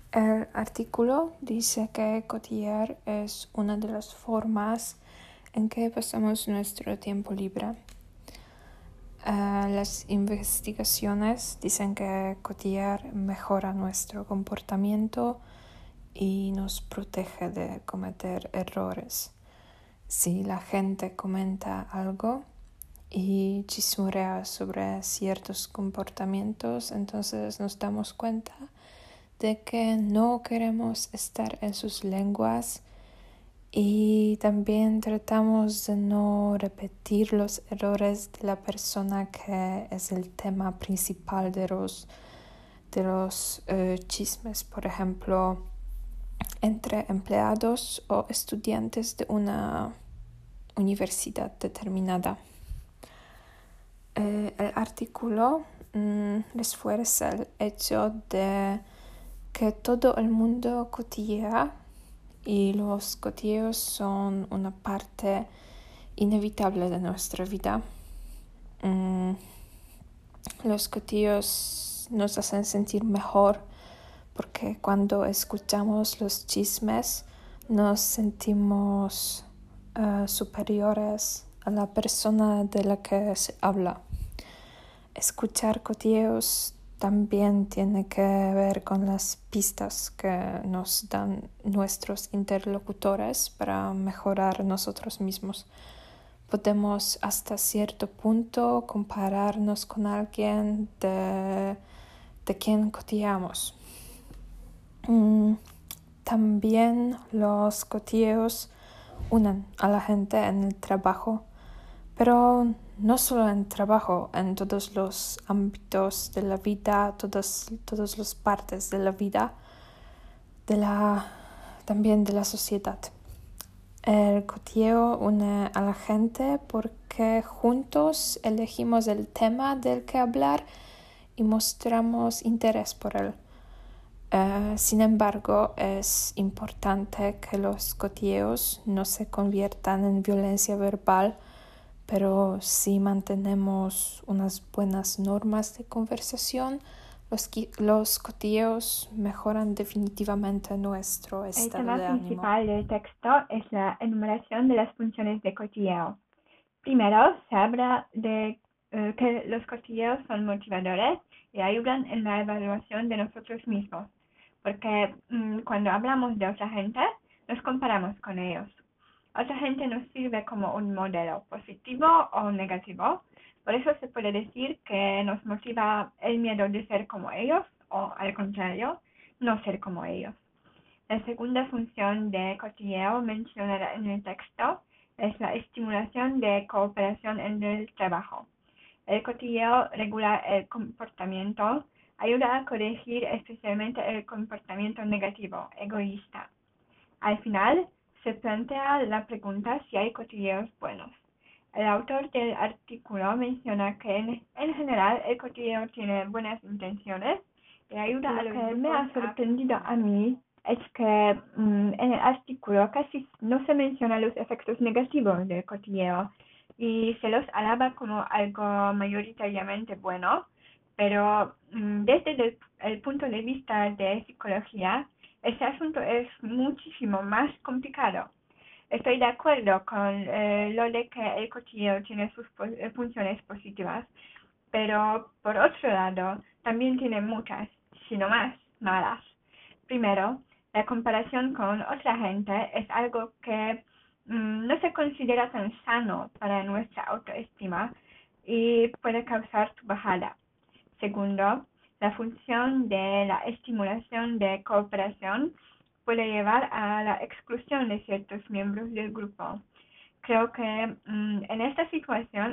El artículo dice que cotillear es una de las formas en que pasamos nuestro tiempo libre. Las investigaciones dicen que cotillear mejora nuestro comportamiento y nos protege de cometer errores. Si la gente comenta algo y chismorea sobre ciertos comportamientos, entonces nos damos cuenta de que no queremos estar en sus lenguas y también tratamos de no repetir los errores de la persona que es el tema principal de los chismes, por ejemplo, entre empleados o estudiantes de una universidad determinada. El artículo refuerza el hecho de que todo el mundo cotillea y los cotilleos son una parte inevitable de nuestra vida. Los cotilleos nos hacen sentir mejor porque cuando escuchamos los chismes nos sentimos superiores a la persona de la que se habla. Escuchar cotilleos también tiene que ver con las pistas que nos dan nuestros interlocutores para mejorar nosotros mismos. Podemos hasta cierto punto compararnos con alguien de quien cotilleamos. También los cotilleos unen a la gente en el trabajo, pero no solo en trabajo, en todos los ámbitos de la vida, todas las partes de la vida, también de la sociedad. El cotilleo une a la gente porque juntos elegimos el tema del que hablar y mostramos interés por él. Sin embargo, es importante que los cotilleos no se conviertan en violencia verbal, pero si mantenemos unas buenas normas de conversación, los cotilleos mejoran definitivamente nuestro El estado tema de ánimo. principal del texto es la enumeración de las funciones de cotilleo. Primero, se habla de que los cotilleos son motivadores y ayudan en la evaluación de nosotros mismos, porque cuando hablamos de otra gente, nos comparamos con ellos. Otra gente nos sirve como un modelo positivo o negativo. Por eso se puede decir que nos motiva el miedo de ser como ellos o, al contrario, no ser como ellos. La segunda función de cotilleo mencionada en el texto es la estimulación de cooperación en el trabajo. El cotilleo regula el comportamiento, ayuda a corregir especialmente el comportamiento negativo, egoísta. Al final, se plantea la pregunta si hay cotilleos buenos. El autor del artículo menciona que en general el cotilleo tiene buenas intenciones y ayuda a los grupos. Lo que me ha sorprendido a mí es que en el artículo casi no se mencionan los efectos negativos del cotilleo y se los alaba como algo mayoritariamente bueno, pero desde el punto de vista de psicología, este asunto es muchísimo más complicado. Estoy de acuerdo con lo de que el cotilleo tiene sus funciones positivas, pero por otro lado también tiene muchas, sino más, malas. Primero, la comparación con otra gente es algo que no se considera tan sano para nuestra autoestima y puede causar tu bajada. Segundo, la función de la estimulación de cooperación puede llevar a la exclusión de ciertos miembros del grupo. Creo que en esta situación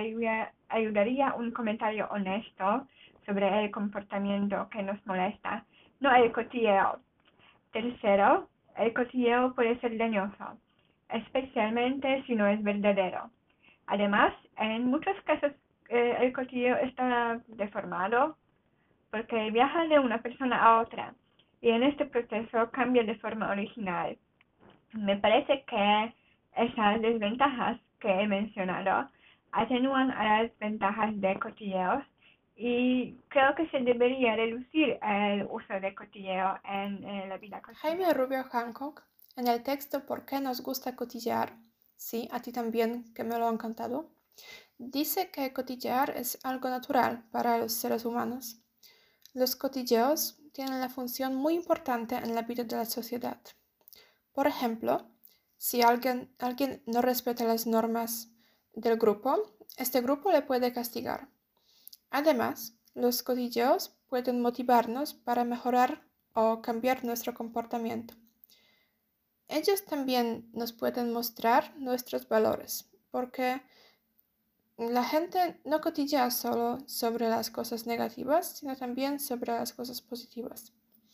ayudaría un comentario honesto sobre el comportamiento que nos molesta, no el cotilleo. Tercero, el cotilleo puede ser dañoso, especialmente si no es verdadero. Además, en muchos casos el cotilleo está deformado porque viaja de una persona a otra y en este proceso cambia de forma original. Me parece que esas desventajas que he mencionado atenúan a las ventajas de cotilleos y creo que se debería reducir el uso de cotilleo en la vida cotidiana. Jaime Rubio Hancock, en el texto ¿Por qué nos gusta cotillear? Sí, a ti también, que me lo han contado. Dice que cotillear es algo natural para los seres humanos. Los cotilleos tienen una función muy importante en la vida de la sociedad. Por ejemplo, si alguien no respeta las normas del grupo, este grupo le puede castigar. Además, los cotilleos pueden motivarnos para mejorar o cambiar nuestro comportamiento. Ellos también nos pueden mostrar nuestros valores, porque la gente no cotillea solo sobre las cosas negativas, sino también sobre las cosas positivas.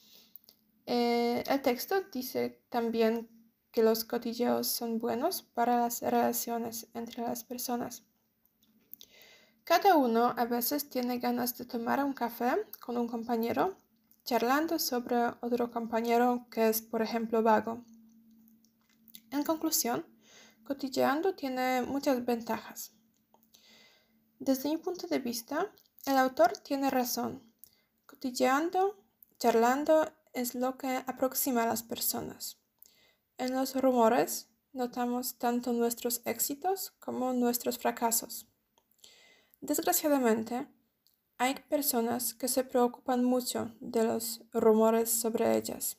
El texto dice también que los cotilleos son buenos para las relaciones entre las personas. Cada uno a veces tiene ganas de tomar un café con un compañero, charlando sobre otro compañero que es, por ejemplo, vago. En conclusión, cotilleando tiene muchas ventajas. Desde mi punto de vista, el autor tiene razón. Cotilleando, charlando es lo que aproxima a las personas. En los rumores notamos tanto nuestros éxitos como nuestros fracasos. Desgraciadamente, hay personas que se preocupan mucho de los rumores sobre ellas.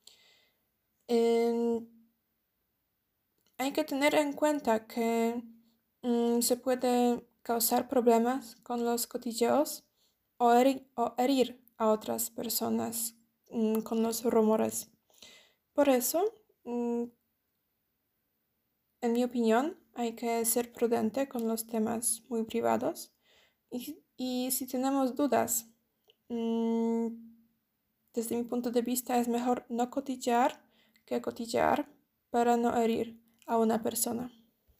Hay que tener en cuenta que se puede causar problemas con los cotilleos o herir a otras personas con los rumores. Por eso, en mi opinión, hay que ser prudente con los temas muy privados y si tenemos dudas, desde mi punto de vista es mejor no cotillear que cotillear para no herir a una persona.